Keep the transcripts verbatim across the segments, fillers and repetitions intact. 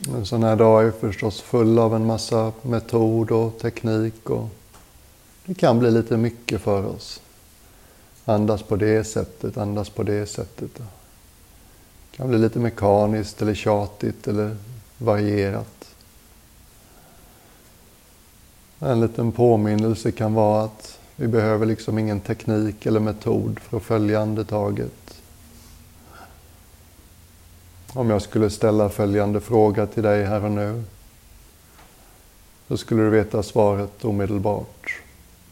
En sån här dag är förstås full av en massa metod och teknik och det kan bli lite mycket för oss. Andas på det sättet, andas på det sättet. Det kan bli lite mekaniskt eller tjatigt eller varierat. En liten påminnelse kan vara att vi behöver liksom ingen teknik eller metod för att följa andetaget. Om jag skulle ställa följande fråga till dig här och nu, så skulle du veta svaret omedelbart.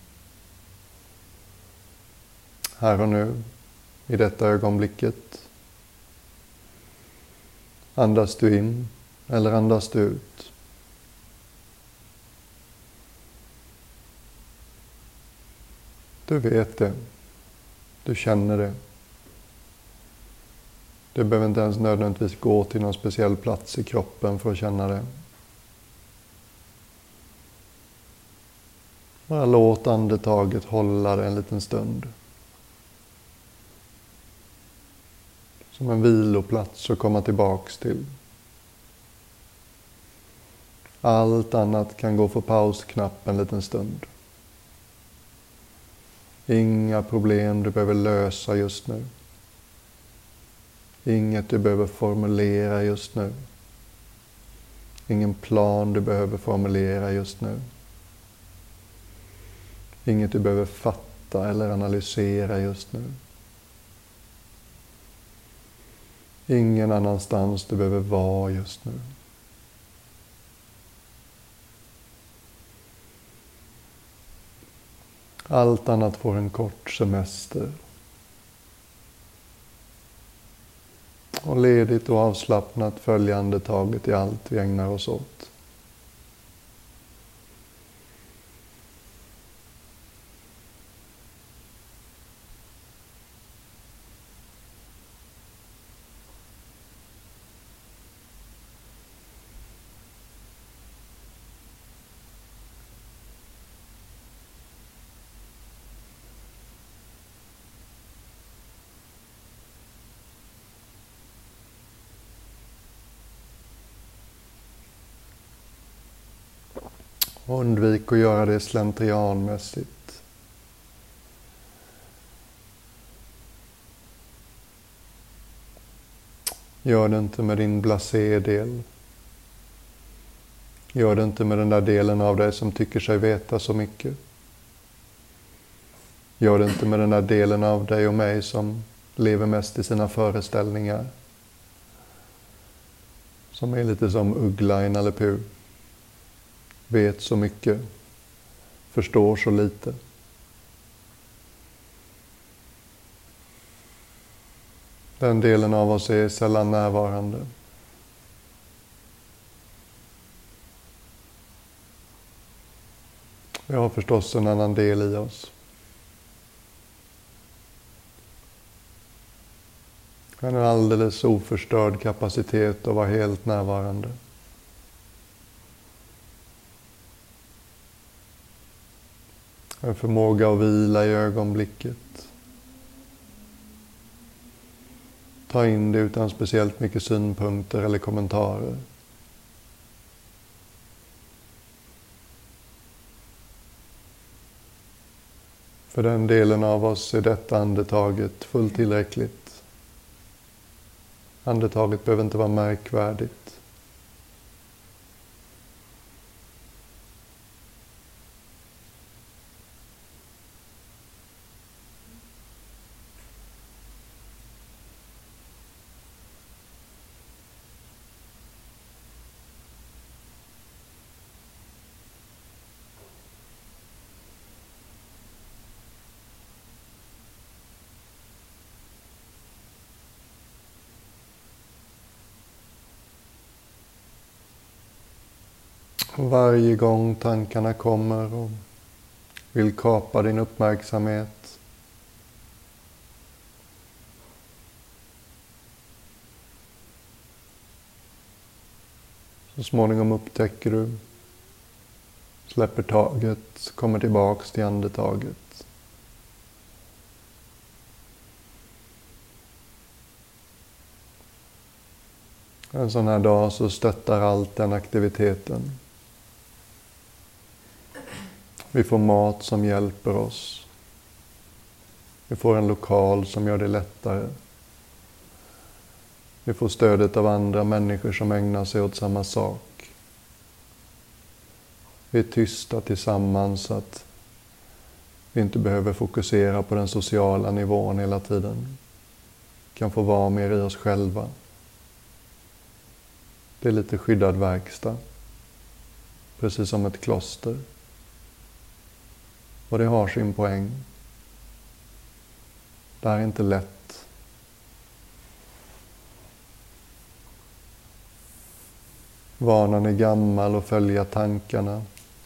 Här och nu, i detta ögonblicket. Andas du in eller andas du ut? Du vet det. Du känner det. Du behöver inte ens nödvändigtvis gå till någon speciell plats i kroppen för att känna det. Bara låt andetaget hålla det en liten stund. Som en viloplats att komma tillbaks till. Allt annat kan gå för pausknapp en liten stund. Inga problem du behöver lösa just nu. Inget du behöver formulera just nu. Ingen plan du behöver formulera just nu. Inget du behöver fatta eller analysera just nu. Ingen annanstans du behöver vara just nu. Allt annat får en kort semester. Och ledigt och avslappnat följa andetaget i allt vi ägnar oss åt. Undvik att göra det slentrianmässigt. Gör det inte med din blasé-del. Gör det inte med den där delen av dig som tycker sig veta så mycket. Gör det inte med den där delen av dig och mig som lever mest i sina föreställningar. Som är lite som uggla i Nalle Puh. Vet så mycket, förstår så lite. Den delen av oss är sällan närvarande. Vi har förstås en annan del i oss. En alldeles oförstörd kapacitet att vara helt närvarande. En förmåga att vila i ögonblicket. Ta in det utan speciellt mycket synpunkter eller kommentarer. För den delen av oss är detta andetaget fullt tillräckligt. Andetaget behöver inte vara märkvärdigt. Varje gång tankarna kommer och vill kapa din uppmärksamhet, så småningom upptäcker du, släpper taget, kommer tillbaks till andetaget. En sån här dag så stöttar allt den aktiviteten. Vi får mat som hjälper oss. Vi får en lokal som gör det lättare. Vi får stödet av andra människor som ägnar sig åt samma sak. Vi är tysta tillsammans så att vi inte behöver fokusera på den sociala nivån hela tiden. Vi kan få vara mer i oss själva. Det är lite skyddad verkstad. Precis som ett kloster. Och det har sin poäng. Det här är inte lätt. Vanan är gammal och följa tankarna.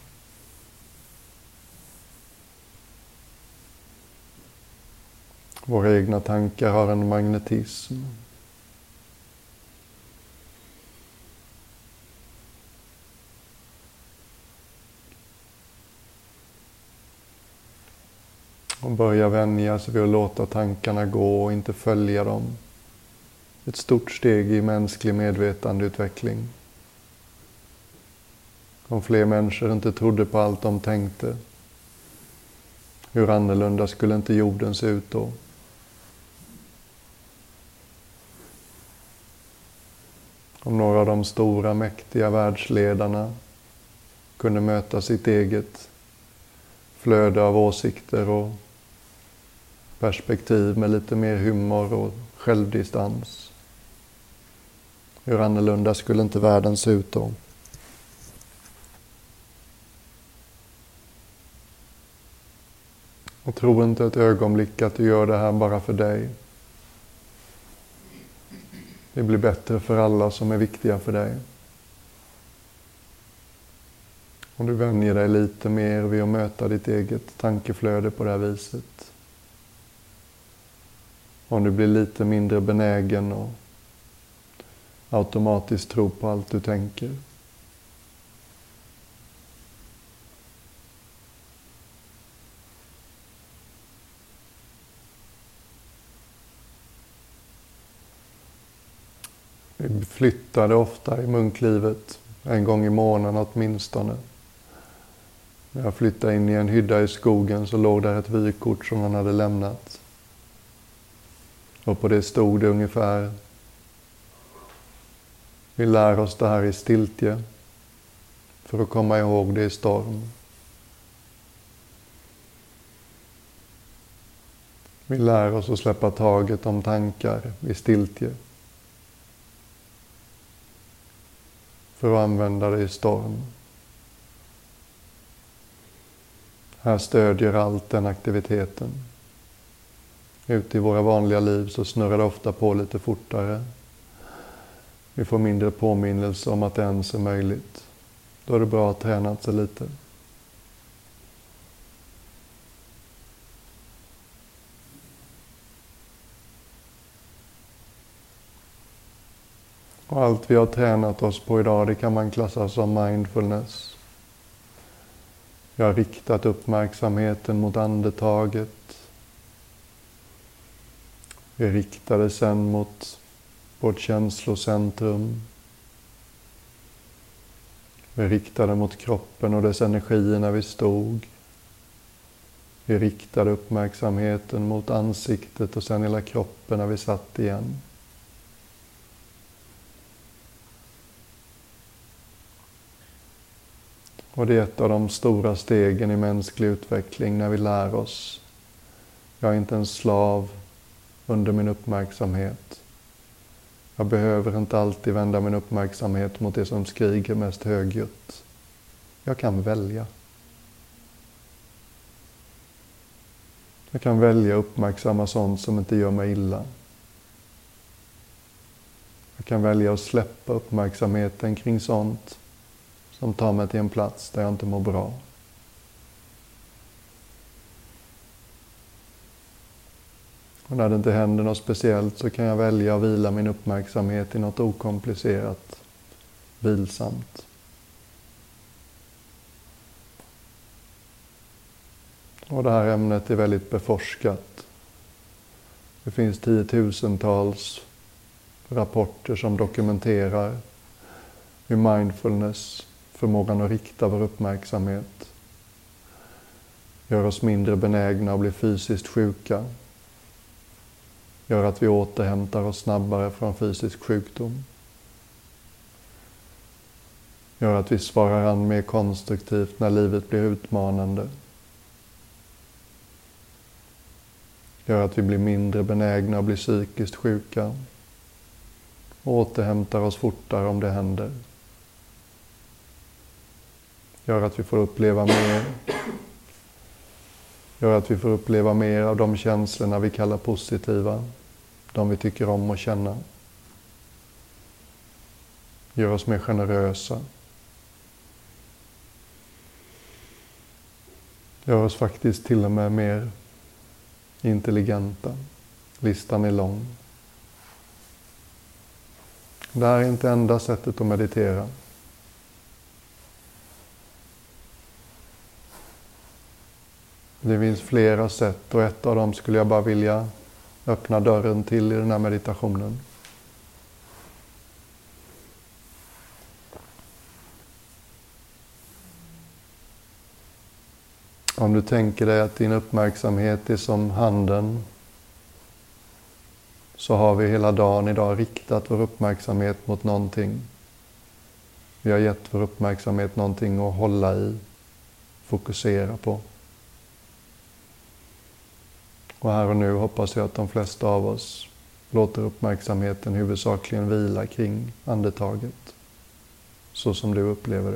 Våra egna tankar har en magnetism. Och börja vänja sig vid att låta tankarna gå och inte följa dem. Ett stort steg i mänsklig medvetandeutveckling. Om fler människor inte trodde på allt de tänkte, hur annorlunda skulle inte jorden se ut då? Om några av de stora, mäktiga världsledarna kunde möta sitt eget flöde av åsikter och perspektiv med lite mer humor och självdistans. Hur annorlunda skulle inte världen se ut då? Och tro inte ett ögonblick att du gör det här bara för dig. Det blir bättre för alla som är viktiga för dig. Om du vänjer dig lite mer vid att möta ditt eget tankeflöde på det här viset. Om du blir lite mindre benägen och automatiskt tro på allt du tänker. Vi flyttade ofta i munklivet, en gång i månaden åtminstone. När jag flyttade in i en hydda i skogen så låg där ett vykort som han hade lämnat. Och på det stod det ungefär: vi lär oss det här i stiltje för att komma ihåg det i storm. Vi lär oss att släppa taget om tankar i stiltje för att använda det i storm. Här stödjer allt den aktiviteten. Ute i våra vanliga liv så snurrar det ofta på lite fortare. Vi får mindre påminnelse om att det ens är möjligt. Då är det bra att träna sig lite. Och allt vi har tränat oss på idag, det kan man klassa som mindfulness. Vi har riktat uppmärksamheten mot andetaget. Vi riktade sen mot vårt känslocentrum. Vi riktade mot kroppen och dess energi när vi stod. Vi riktade uppmärksamheten mot ansiktet och sen hela kroppen när vi satt igen. Och det är ett av de stora stegen i mänsklig utveckling när vi lär oss. Jag är inte en slav under min uppmärksamhet. Jag behöver inte alltid vända min uppmärksamhet mot det som skriker mest högljutt. Jag kan välja. Jag kan välja att uppmärksamma sånt som inte gör mig illa. Jag kan välja att släppa uppmärksamheten kring sånt som tar mig till en plats där jag inte mår bra. Och när det inte händer något speciellt så kan jag välja att vila min uppmärksamhet i något okomplicerat, vilsamt. Och det här ämnet är väldigt beforskat. Det finns tiotusentals rapporter som dokumenterar hur mindfulness, förmågan att rikta vår uppmärksamhet, gör oss mindre benägna att bli fysiskt sjuka, gör att vi återhämtar oss snabbare från fysisk sjukdom, gör att vi svarar an mer konstruktivt när livet blir utmanande, gör att vi blir mindre benägna att bli psykiskt sjuka och återhämtar oss fortare om det händer. Gör att vi får uppleva mer. Gör att vi får uppleva mer av de känslorna vi kallar positiva. De vi tycker om att känna. Gör oss mer generösa. Gör oss faktiskt till och med mer intelligenta. Listan är lång. Det här är inte enda sättet att meditera. Det finns flera sätt och ett av dem skulle jag bara vilja öppna dörren till i den här meditationen. Om du tänker dig att din uppmärksamhet är som handen, så har vi hela dagen idag riktat vår uppmärksamhet mot någonting. Vi har gett vår uppmärksamhet någonting att hålla i, fokusera på. Och här och nu hoppas jag att de flesta av oss låter uppmärksamheten huvudsakligen vila kring andetaget, så som du upplever det.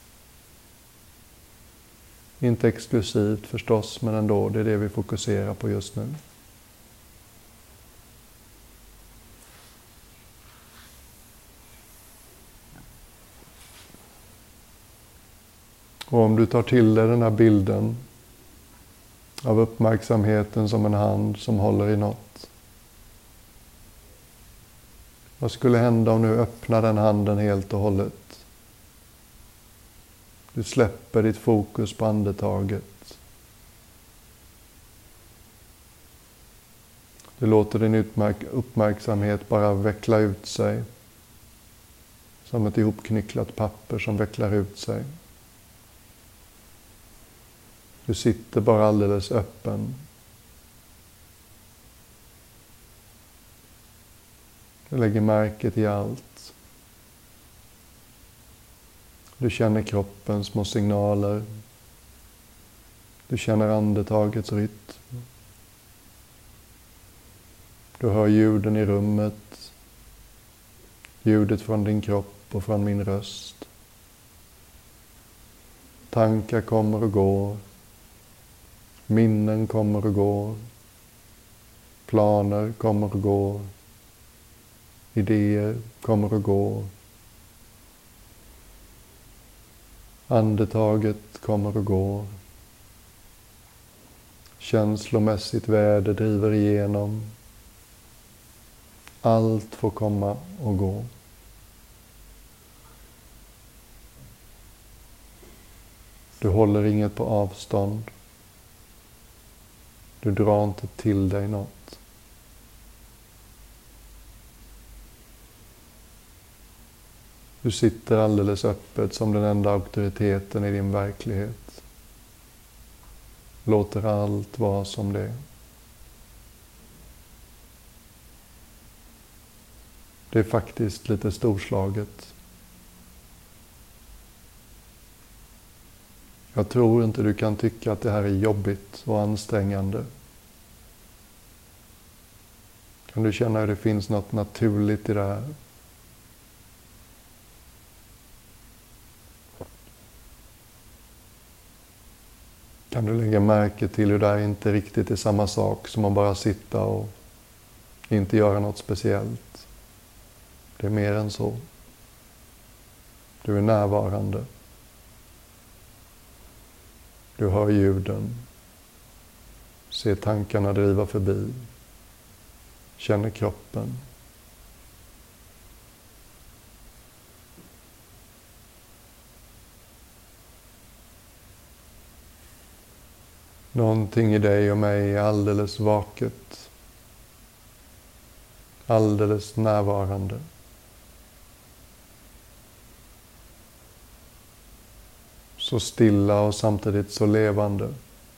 Inte exklusivt förstås, men ändå, det är det vi fokuserar på just nu. Och om du tar till dig den här bilden av uppmärksamheten som en hand som håller i något. Vad skulle hända om du öppnar den handen helt och hållet? Du släpper ditt fokus på andetaget. Du låter din uppmärksamhet bara veckla ut sig. Som ett ihopknycklat papper som vecklar ut sig. Du sitter bara alldeles öppen. Du lägger märke till allt. Du känner kroppens små signaler. Du känner andetagets rytm. Du hör ljuden i rummet. Ljudet från din kropp och från min röst. Tankar kommer och går. Minnen kommer och går. Planer kommer och går. Idéer kommer och går. Andetaget kommer och går. Känslomässigt väder driver igenom. Allt får komma och gå. Du håller inget på avstånd. Du drar inte till dig något. Du sitter alldeles öppet som den enda auktoriteten i din verklighet. Låter allt vara som det är. Det är faktiskt lite storslaget. Jag tror inte du kan tycka att det här är jobbigt och ansträngande. Kan du känna hur det finns något naturligt i det här? Kan du lägga märke till hur det här inte riktigt är samma sak som att bara sitta och inte göra något speciellt? Det är mer än så. Du är närvarande. Du hör ljuden. Ser tankarna driva förbi. Känner kroppen. Någonting i dig och mig är alldeles vaket. alldeles närvarande. Så stilla och samtidigt så levande.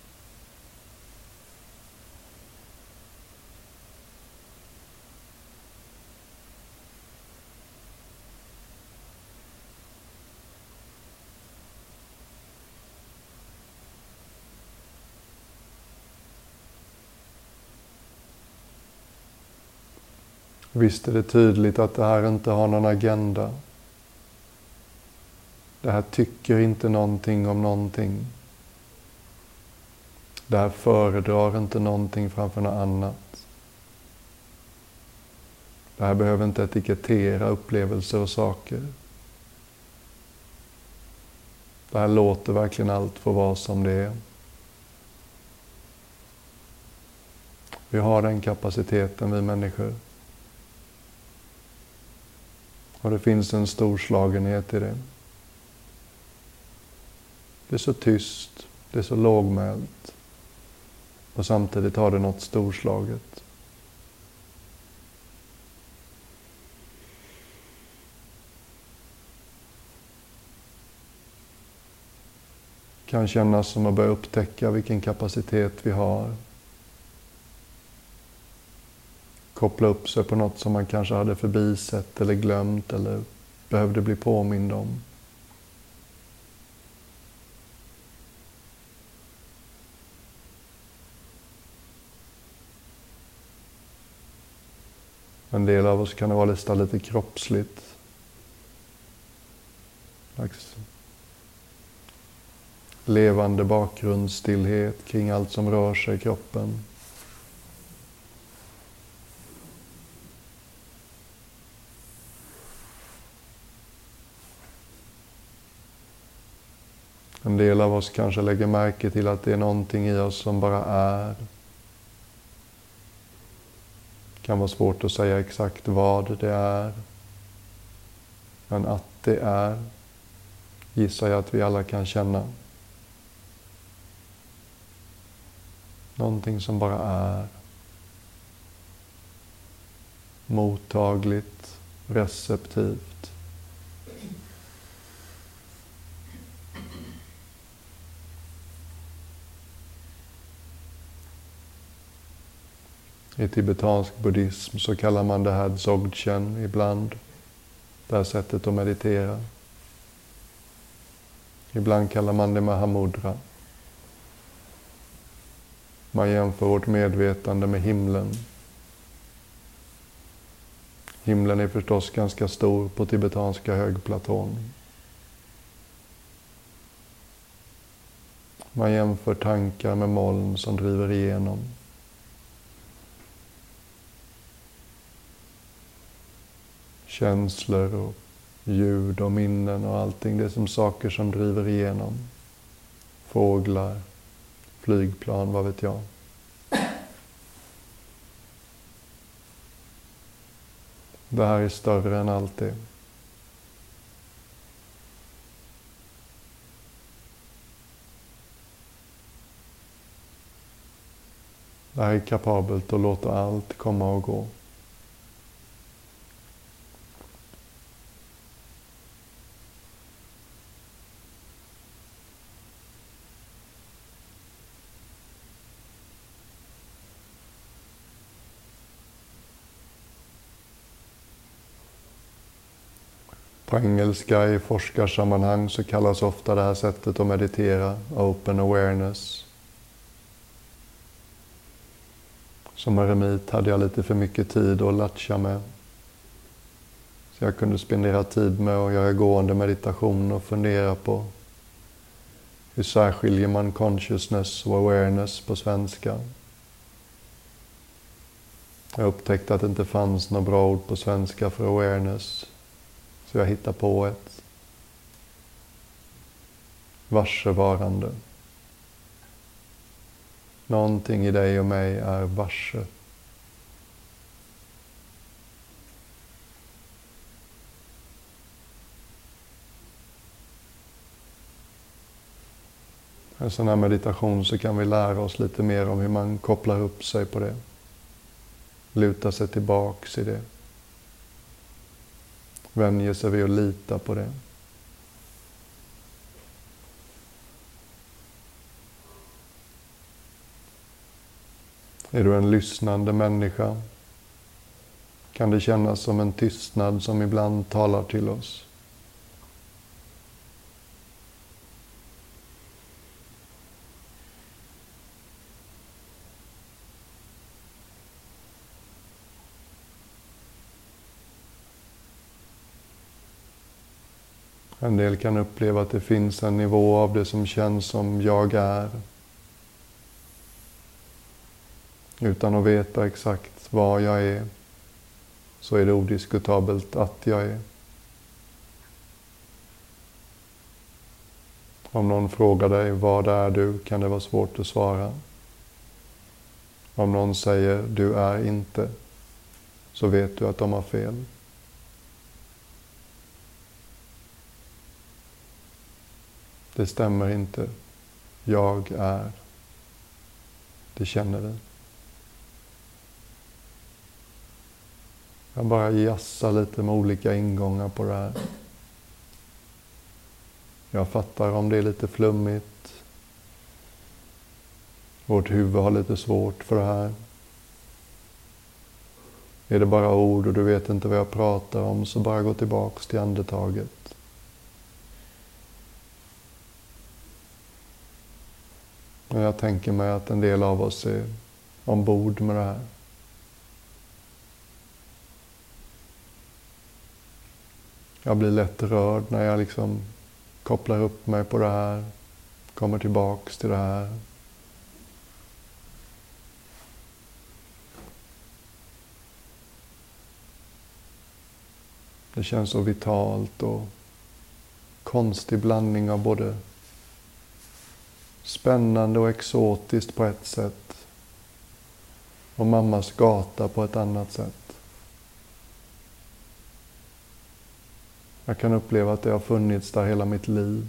Visst är det tydligt att det här inte har någon agenda. Det här tycker inte någonting om någonting. Det här föredrar inte någonting framför något annat. Det här behöver inte etikettera upplevelser och saker. Det här låter verkligen allt få vara som det är. Vi har den kapaciteten, vi människor. Och det finns en storslagenhet i det. Det är så tyst, det är så lågmält. Och samtidigt har det något storslaget. Kan kännas som att börja upptäcka vilken kapacitet vi har. Koppla upp sig på något som man kanske hade förbisett eller glömt eller behövde bli påmind om. En del av oss kan det vara nästan lite kroppsligt. Slags levande bakgrundsstillhet kring allt som rör sig i kroppen. En del av oss kanske lägger märke till att det är någonting i oss som bara är. Det kan vara svårt att säga exakt vad det är. Men att det är, gissar jag att vi alla kan känna. Någonting som bara är. Mottagligt, receptivt. I tibetansk buddhism så kallar man det här dzogchen ibland. Det här sättet att meditera. Ibland kallar man det mahamudra. Man jämför vårt medvetande med himlen. Himlen är förstås ganska stor på tibetanska högplatån. Man jämför tankar med moln som driver igenom. Känslor och ljud och minnen och allting. Det är som saker som driver igenom. Fåglar, flygplan, vad vet jag. Det här är större än allt det. Det här är kapabelt att låta allt komma och gå. På engelska i forskarsammanhang så kallas ofta det här sättet att meditera open awareness. Som eremit hade jag lite för mycket tid att latcha med. Så jag kunde spendera tid med att göra gående meditation och fundera på hur särskiljer man consciousness och awareness på svenska. Jag upptäckte att det inte fanns några bra ord på svenska för awareness. Så jag hittar på ett. Varsevarande. Någonting i dig och mig är varse. I en sån här meditation så kan vi lära oss lite mer om hur man kopplar upp sig på det. luta sig tillbaks i det. Vänjer sig vid att lita på det. Är du en lyssnande människa kan det kännas som en tystnad som ibland talar till oss. En del kan uppleva att det finns en nivå av det som känns som jag är. Utan att veta exakt vad jag är, så är det odiskutabelt att jag är. Om någon frågar dig, vad är du, kan det vara svårt att svara. Om någon säger, du är inte, så vet du att de har fel. Det stämmer inte. Jag är. Det känner vi. Jag bara jassar lite med olika ingångar på det här. Jag fattar om det är lite flummigt. Vårt huvud har lite svårt för det här. Är det bara ord och du vet inte vad jag pratar om, så bara gå tillbaks till andetaget. Och jag tänker mig att en del av oss är ombord med det här. Jag blir lätt rörd när jag liksom kopplar upp mig på det här, kommer tillbaks till det här. Det känns så vitalt och konstig blandning av både spännande och exotiskt på ett sätt och mammas gata på ett annat sätt. Jag kan uppleva att det har funnits där hela mitt liv.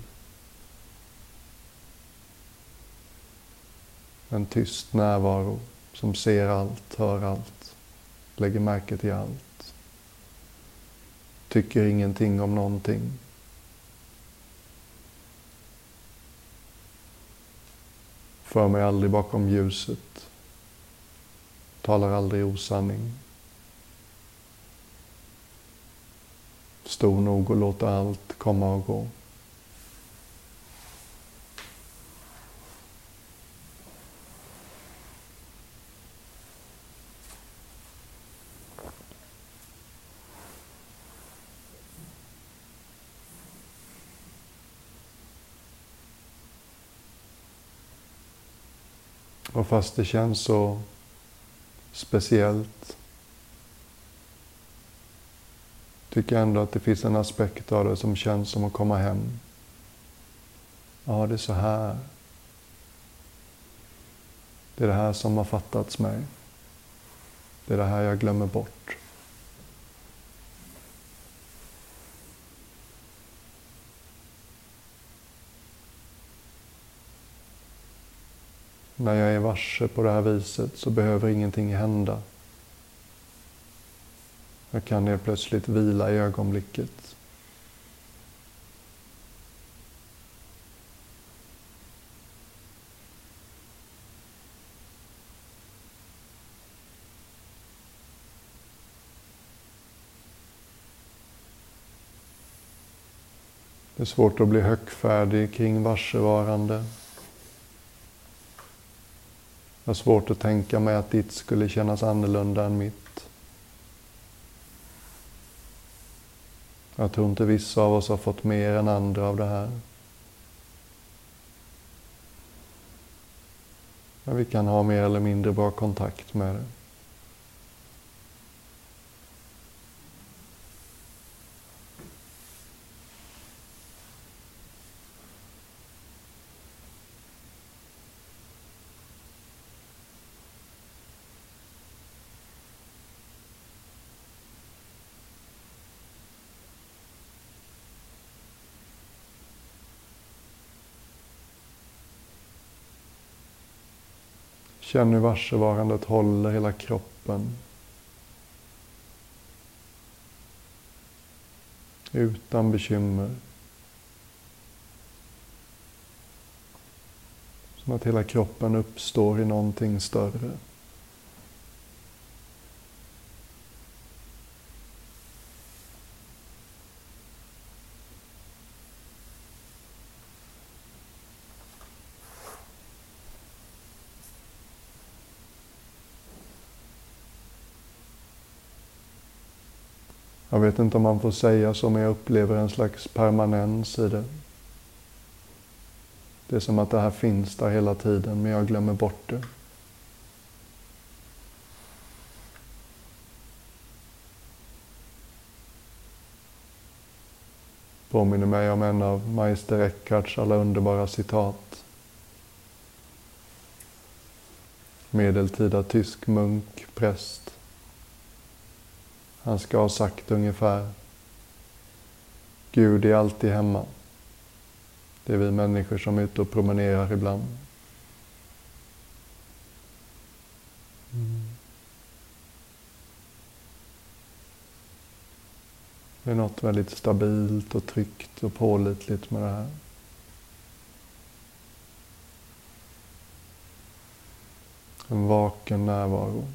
En tyst närvaro som ser allt, hör allt, lägger märke till allt. Tycker ingenting om någonting. För mig aldrig bakom ljuset. Talar aldrig osanning. Stor nog att låta allt komma och gå. Och fast det känns så speciellt, tycker jag ändå att det finns en aspekt av det som känns som att komma hem. Ja, det är så här. Det är det här som har fattats mig. Det är det här jag glömmer bort. När jag är varse på det här viset så behöver ingenting hända. Jag kan helt plötsligt vila i ögonblicket. Det är svårt att bli högfärdig kring varsevarande. Jag har svårt att tänka mig att ditt skulle kännas annorlunda än mitt. Jag tror inte vissa av oss har fått mer än andra av det här. Men vi kan ha mer eller mindre bra kontakt med det. Känn hur varsevarandet håller hela kroppen. Utan bekymmer. Som att hela kroppen uppstår i någonting större. Jag vet inte om man får säga så, men jag upplever en slags permanens i det. Det är som att det här finns där hela tiden, men jag glömmer bort det. Påminner mig om en av Meister Eckharts alla underbara citat. Medeltida tysk munk, präst. Han ska ha sagt ungefär: Gud är alltid hemma. Det är vi människor som är ute och promenerar ibland. Mm. Det är något väldigt stabilt och tryggt och pålitligt med det här. En vaken närvaro.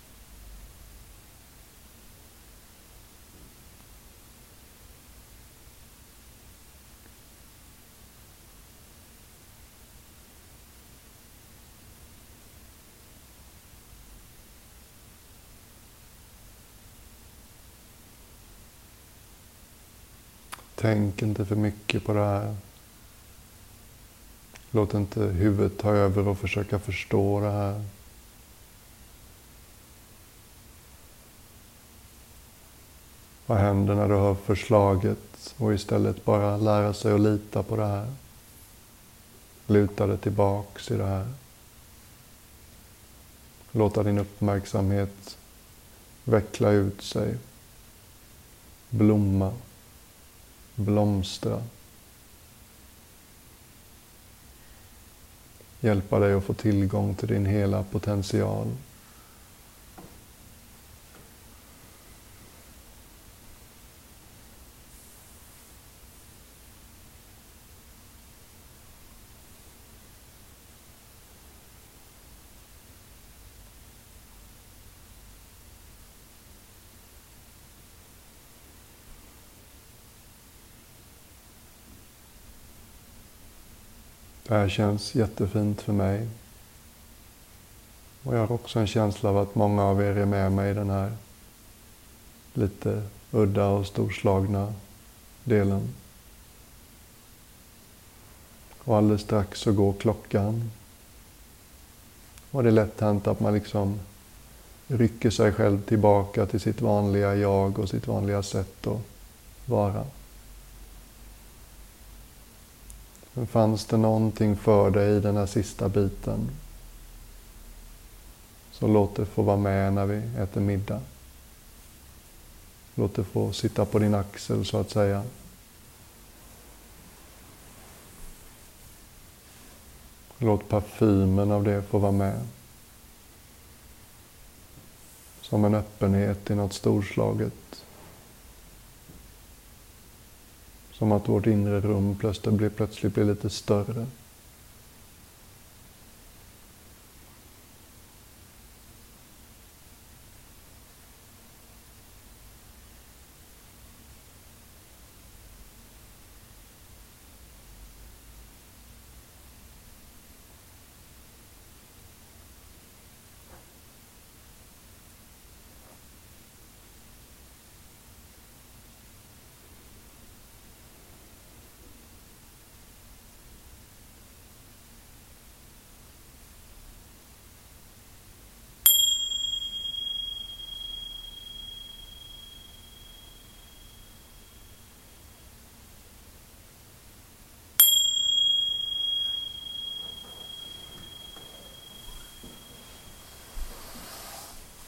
Tänk inte för mycket på det här. Låt inte huvudet ta över och försöka förstå det här. Vad händer när du hör förslaget och istället bara lära sig att lita på det här? Luta dig tillbaks i det här. Låta din uppmärksamhet veckla ut sig. Blomma. Blomstra. Hjälpa dig att få tillgång till din hela potential. Det här känns jättefint för mig. Och jag har också en känsla av att många av er är med mig i den här lite udda och storslagna delen. Och alldeles strax så går klockan. Och det är lätt hänt att man liksom rycker sig själv tillbaka till sitt vanliga jag och sitt vanliga sätt att vara. Men fanns det någonting för dig i den här sista biten, så låt det få vara med när vi äter middag. Låt det få sitta på din axel så att säga. Låt parfymen av det få vara med. Som en öppenhet i något storslaget. Som att vårt inre rum plötsligt blir, plötsligt blir lite större.